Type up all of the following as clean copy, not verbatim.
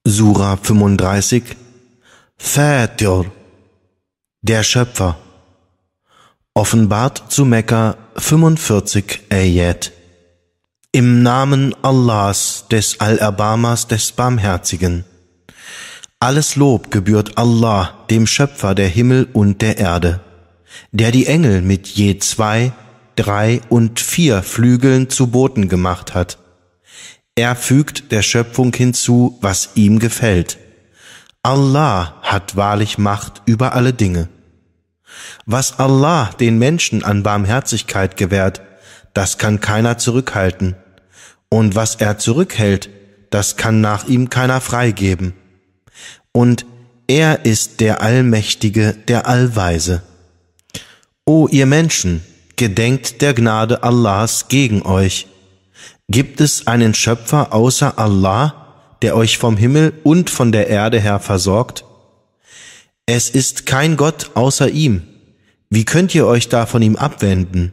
Sura 35, Fatir, der Schöpfer. Offenbart zu Mekka 45 Ayat. Im Namen Allahs, des Allerbarmers, des Barmherzigen. Alles Lob gebührt Allah, dem Schöpfer der Himmel und der Erde, der die Engel mit je 2, 3 und 4 Flügeln zu Boten gemacht hat. Er fügt der Schöpfung hinzu, was ihm gefällt. Allah hat wahrlich Macht über alle Dinge. Was Allah den Menschen an Barmherzigkeit gewährt, das kann keiner zurückhalten. Und was er zurückhält, das kann nach ihm keiner freigeben. Und er ist der Allmächtige, der Allweise. O ihr Menschen, gedenkt der Gnade Allahs gegen euch. Gibt es einen Schöpfer außer Allah, der euch vom Himmel und von der Erde her versorgt? Es ist kein Gott außer ihm. Wie könnt ihr euch da von ihm abwenden?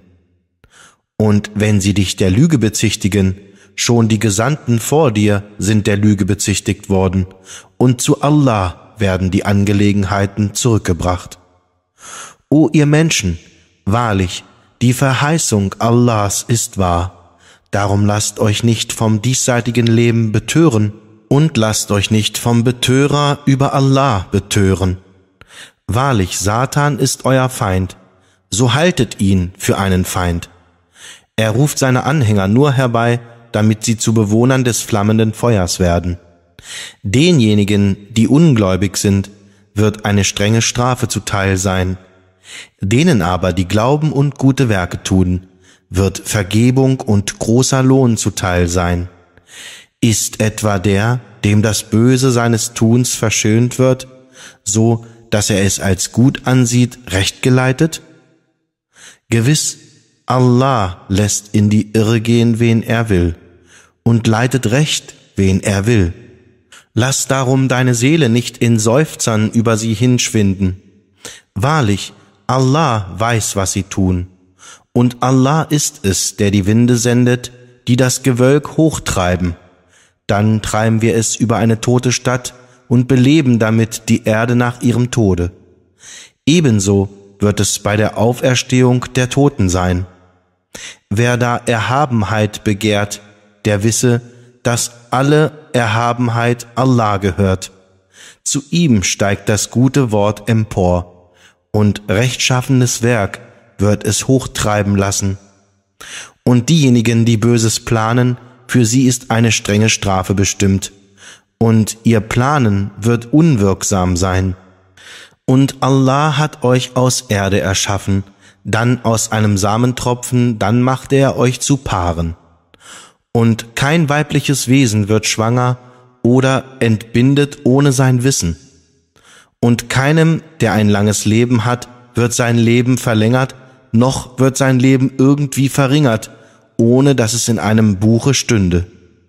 Und wenn sie dich der Lüge bezichtigen, schon die Gesandten vor dir sind der Lüge bezichtigt worden, und zu Allah werden die Angelegenheiten zurückgebracht. O ihr Menschen, wahrlich, die Verheißung Allahs ist wahr. Darum lasst euch nicht vom diesseitigen Leben betören und lasst euch nicht vom Betörer über Allah betören. Wahrlich, Satan ist euer Feind, so haltet ihn für einen Feind. Er ruft seine Anhänger nur herbei, damit sie zu Bewohnern des flammenden Feuers werden. Denjenigen, die ungläubig sind, wird eine strenge Strafe zuteil sein. Denen aber, die glauben und gute Werke tun, wird Vergebung und großer Lohn zuteil sein. Ist etwa der, dem das Böse seines Tuns verschönt wird, so dass er es als gut ansieht, recht geleitet? Gewiss, Allah lässt in die Irre gehen, wen er will, und leitet recht, wen er will. Lass darum deine Seele nicht in Seufzern über sie hinschwinden. Wahrlich, Allah weiß, was sie tun. Und Allah ist es, der die Winde sendet, die das Gewölk hochtreiben. Dann treiben wir es über eine tote Stadt und beleben damit die Erde nach ihrem Tode. Ebenso wird es bei der Auferstehung der Toten sein. Wer da Erhabenheit begehrt, der wisse, dass alle Erhabenheit Allah gehört. Zu ihm steigt das gute Wort empor, und rechtschaffenes Werk wird es hochtreiben lassen. Und diejenigen, die Böses planen, für sie ist eine strenge Strafe bestimmt, und ihr Planen wird unwirksam sein. Und Allah hat euch aus Erde erschaffen, dann aus einem Samentropfen, dann machte er euch zu Paaren. Und kein weibliches Wesen wird schwanger oder entbindet ohne sein Wissen. Und keinem, der ein langes Leben hat, wird sein Leben verlängert, noch wird sein Leben irgendwie verringert, ohne dass es in einem Buche stünde.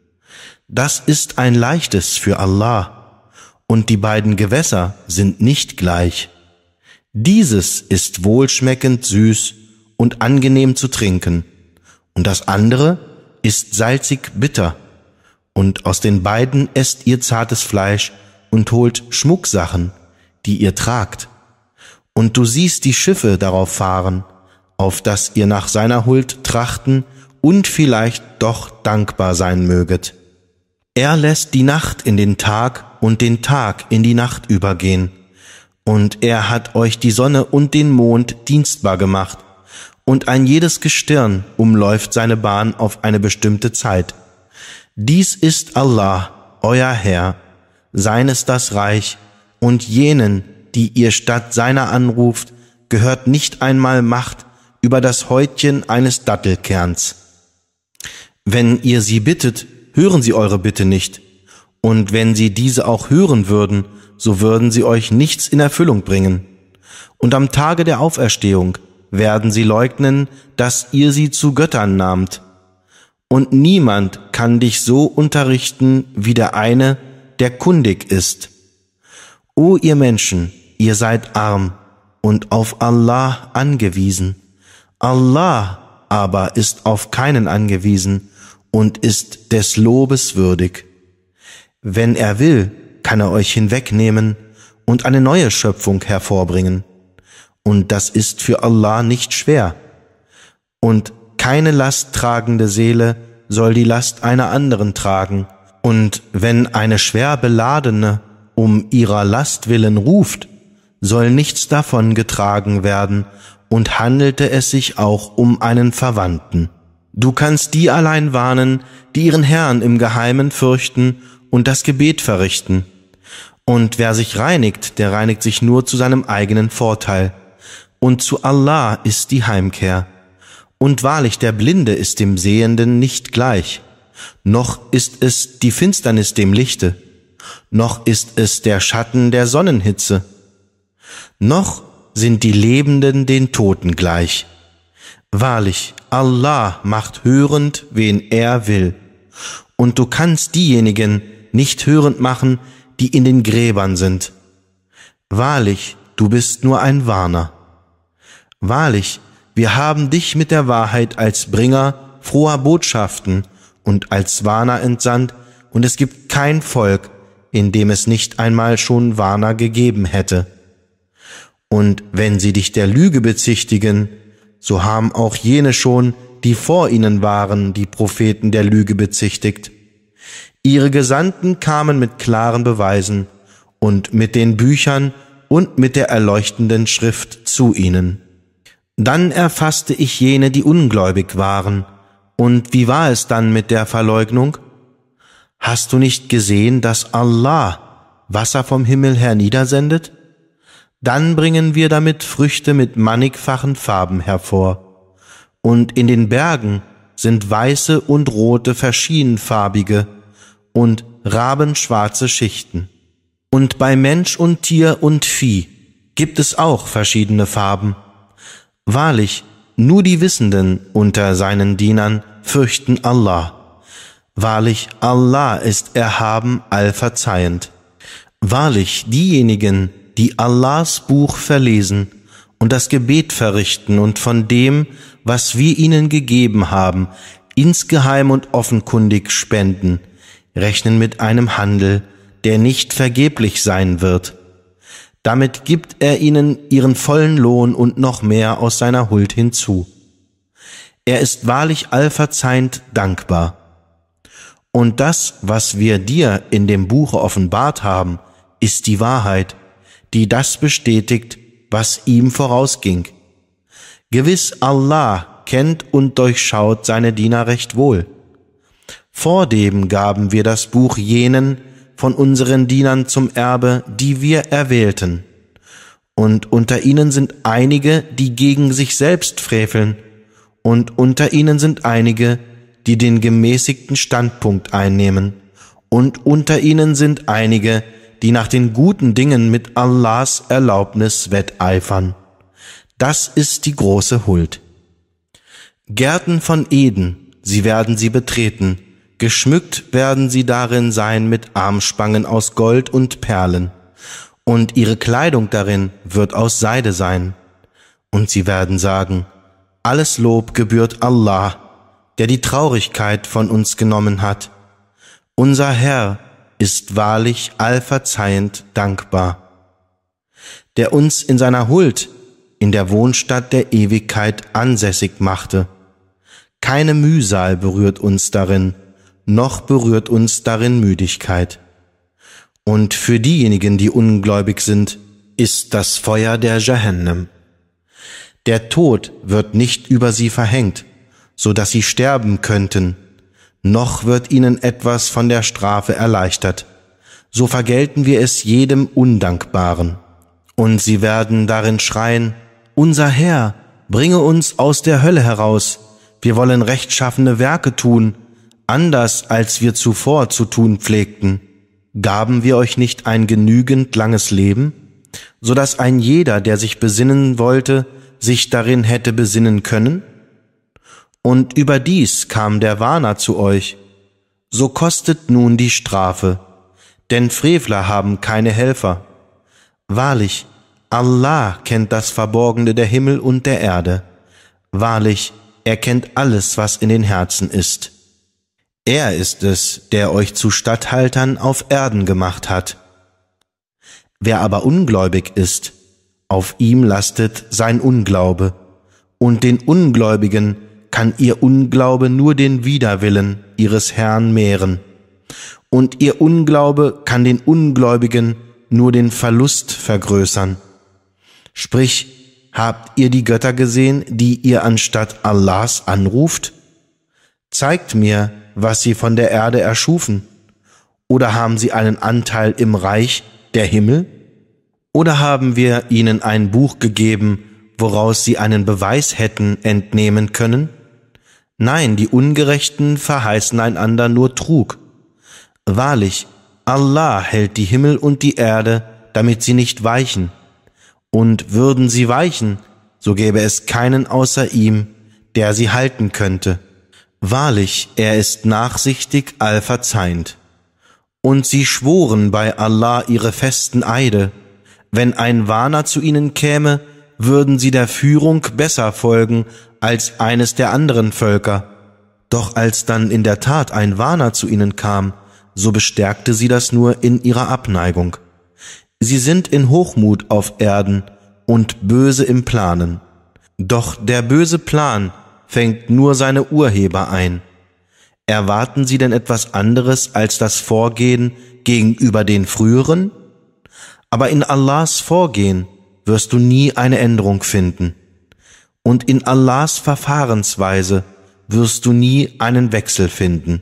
Das ist ein Leichtes für Allah, und die beiden Gewässer sind nicht gleich. Dieses ist wohlschmeckend süß und angenehm zu trinken, und das andere ist salzig bitter, und aus den beiden esst ihr zartes Fleisch und holt Schmucksachen, die ihr tragt. Und du siehst die Schiffe darauf fahren, auf dass ihr nach seiner Huld trachten und vielleicht doch dankbar sein möget. Er lässt die Nacht in den Tag und den Tag in die Nacht übergehen, und er hat euch die Sonne und den Mond dienstbar gemacht, und ein jedes Gestirn umläuft seine Bahn auf eine bestimmte Zeit. Dies ist Allah, euer Herr, seines das Reich, und jenen, die ihr statt seiner anruft, gehört nicht einmal Macht über das Häutchen eines Dattelkerns. Wenn ihr sie bittet, hören sie eure Bitte nicht, und wenn sie diese auch hören würden, so würden sie euch nichts in Erfüllung bringen. Und am Tage der Auferstehung werden sie leugnen, dass ihr sie zu Göttern nahmt. Und niemand kann dich so unterrichten wie der eine, der kundig ist. O ihr Menschen, ihr seid arm und auf Allah angewiesen. Allah aber ist auf keinen angewiesen und ist des Lobes würdig. Wenn er will, kann er euch hinwegnehmen und eine neue Schöpfung hervorbringen. Und das ist für Allah nicht schwer. Und keine lasttragende Seele soll die Last einer anderen tragen. Und wenn eine schwer beladene um ihrer Last willen ruft, soll nichts davon getragen werden, und handelte es sich auch um einen Verwandten. Du kannst die allein warnen, die ihren Herrn im Geheimen fürchten und das Gebet verrichten. Und wer sich reinigt, der reinigt sich nur zu seinem eigenen Vorteil. Und zu Allah ist die Heimkehr. Und wahrlich, der Blinde ist dem Sehenden nicht gleich. Noch ist es die Finsternis dem Lichte, noch ist es der Schatten der Sonnenhitze, noch sind die Lebenden den Toten gleich. Wahrlich, Allah macht hörend, wen er will, und du kannst diejenigen nicht hörend machen, die in den Gräbern sind. Wahrlich, du bist nur ein Warner. Wahrlich, wir haben dich mit der Wahrheit als Bringer froher Botschaften und als Warner entsandt, und es gibt kein Volk, in dem es nicht einmal schon Warner gegeben hätte. Und wenn sie dich der Lüge bezichtigen, so haben auch jene schon, die vor ihnen waren, die Propheten der Lüge bezichtigt. Ihre Gesandten kamen mit klaren Beweisen und mit den Büchern und mit der erleuchtenden Schrift zu ihnen. Dann erfasste ich jene, die ungläubig waren. Und wie war es dann mit der Verleugnung? Hast du nicht gesehen, dass Allah Wasser vom Himmel herniedersendet? Dann bringen wir damit Früchte mit mannigfachen Farben hervor. Und in den Bergen sind weiße und rote verschiedenfarbige und rabenschwarze Schichten. Und bei Mensch und Tier und Vieh gibt es auch verschiedene Farben. Wahrlich, nur die Wissenden unter seinen Dienern fürchten Allah. Wahrlich, Allah ist erhaben, allverzeihend. Wahrlich, diejenigen, die Allahs Buch verlesen und das Gebet verrichten und von dem, was wir ihnen gegeben haben, insgeheim und offenkundig spenden, rechnen mit einem Handel, der nicht vergeblich sein wird. Damit gibt er ihnen ihren vollen Lohn und noch mehr aus seiner Huld hinzu. Er ist wahrlich allverzeihend dankbar. Und das, was wir dir in dem Buche offenbart haben, ist die Wahrheit, die das bestätigt, was ihm vorausging. Gewiss, Allah kennt und durchschaut seine Diener recht wohl. Vordem gaben wir das Buch jenen von unseren Dienern zum Erbe, die wir erwählten. Und unter ihnen sind einige, die gegen sich selbst freveln, und unter ihnen sind einige, die den gemäßigten Standpunkt einnehmen, und unter ihnen sind einige, die nach den guten Dingen mit Allahs Erlaubnis wetteifern. Das ist die große Huld. Gärten von Eden, sie werden sie betreten, geschmückt werden sie darin sein mit Armspangen aus Gold und Perlen, und ihre Kleidung darin wird aus Seide sein. Und sie werden sagen, alles Lob gebührt Allah, der die Traurigkeit von uns genommen hat. Unser Herr ist wahrlich allverzeihend dankbar, der uns in seiner Huld in der Wohnstadt der Ewigkeit ansässig machte. Keine Mühsal berührt uns darin, noch berührt uns darin Müdigkeit. Und für diejenigen, die ungläubig sind, ist das Feuer der Jahannam. Der Tod wird nicht über sie verhängt, so dass sie sterben könnten, noch wird ihnen etwas von der Strafe erleichtert. So vergelten wir es jedem Undankbaren. Und sie werden darin schreien, unser Herr, bringe uns aus der Hölle heraus. Wir wollen rechtschaffene Werke tun, anders als wir zuvor zu tun pflegten. Gaben wir euch nicht ein genügend langes Leben, so dass ein jeder, der sich besinnen wollte, sich darin hätte besinnen können? Und überdies kam der Warner zu euch. So kostet nun die Strafe, denn Frevler haben keine Helfer. Wahrlich, Allah kennt das Verborgene der Himmel und der Erde. Wahrlich, er kennt alles, was in den Herzen ist. Er ist es, der euch zu Statthaltern auf Erden gemacht hat. Wer aber ungläubig ist, auf ihm lastet sein Unglaube, und den Ungläubigen kann ihr Unglaube nur den Widerwillen ihres Herrn mehren, und ihr Unglaube kann den Ungläubigen nur den Verlust vergrößern. Sprich, habt ihr die Götter gesehen, die ihr anstatt Allahs anruft? Zeigt mir, was sie von der Erde erschufen. Oder haben sie einen Anteil im Reich der Himmel? Oder haben wir ihnen ein Buch gegeben, woraus sie einen Beweis hätten entnehmen können? Nein, die Ungerechten verheißen einander nur Trug. Wahrlich, Allah hält die Himmel und die Erde, damit sie nicht weichen. Und würden sie weichen, so gäbe es keinen außer ihm, der sie halten könnte. Wahrlich, er ist nachsichtig allverzeihend. Und sie schworen bei Allah ihre festen Eide. Wenn ein Warner zu ihnen käme, würden sie der Führung besser folgen als eines der anderen Völker. Doch als dann in der Tat ein Warner zu ihnen kam, so bestärkte sie das nur in ihrer Abneigung. Sie sind in Hochmut auf Erden und böse im Planen. Doch der böse Plan fängt nur seine Urheber ein. Erwarten sie denn etwas anderes als das Vorgehen gegenüber den früheren? Aber in Allahs Vorgehen wirst du nie eine Änderung finden. Und in Allahs Verfahrensweise wirst du nie einen Wechsel finden.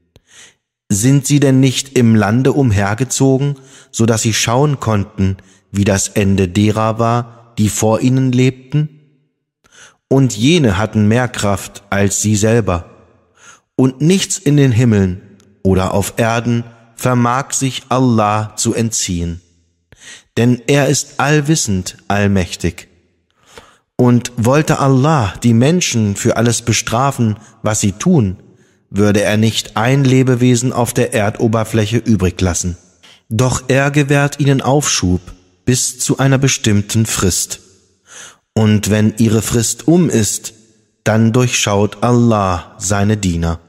Sind sie denn nicht im Lande umhergezogen, so dass sie schauen konnten, wie das Ende derer war, die vor ihnen lebten? Und jene hatten mehr Kraft als sie selber. Und nichts in den Himmeln oder auf Erden vermag sich Allah zu entziehen. Denn er ist allwissend, allmächtig. Und wollte Allah die Menschen für alles bestrafen, was sie tun, würde er nicht ein Lebewesen auf der Erdoberfläche übrig lassen. Doch er gewährt ihnen Aufschub bis zu einer bestimmten Frist. Und wenn ihre Frist ist, dann durchschaut Allah seine Diener.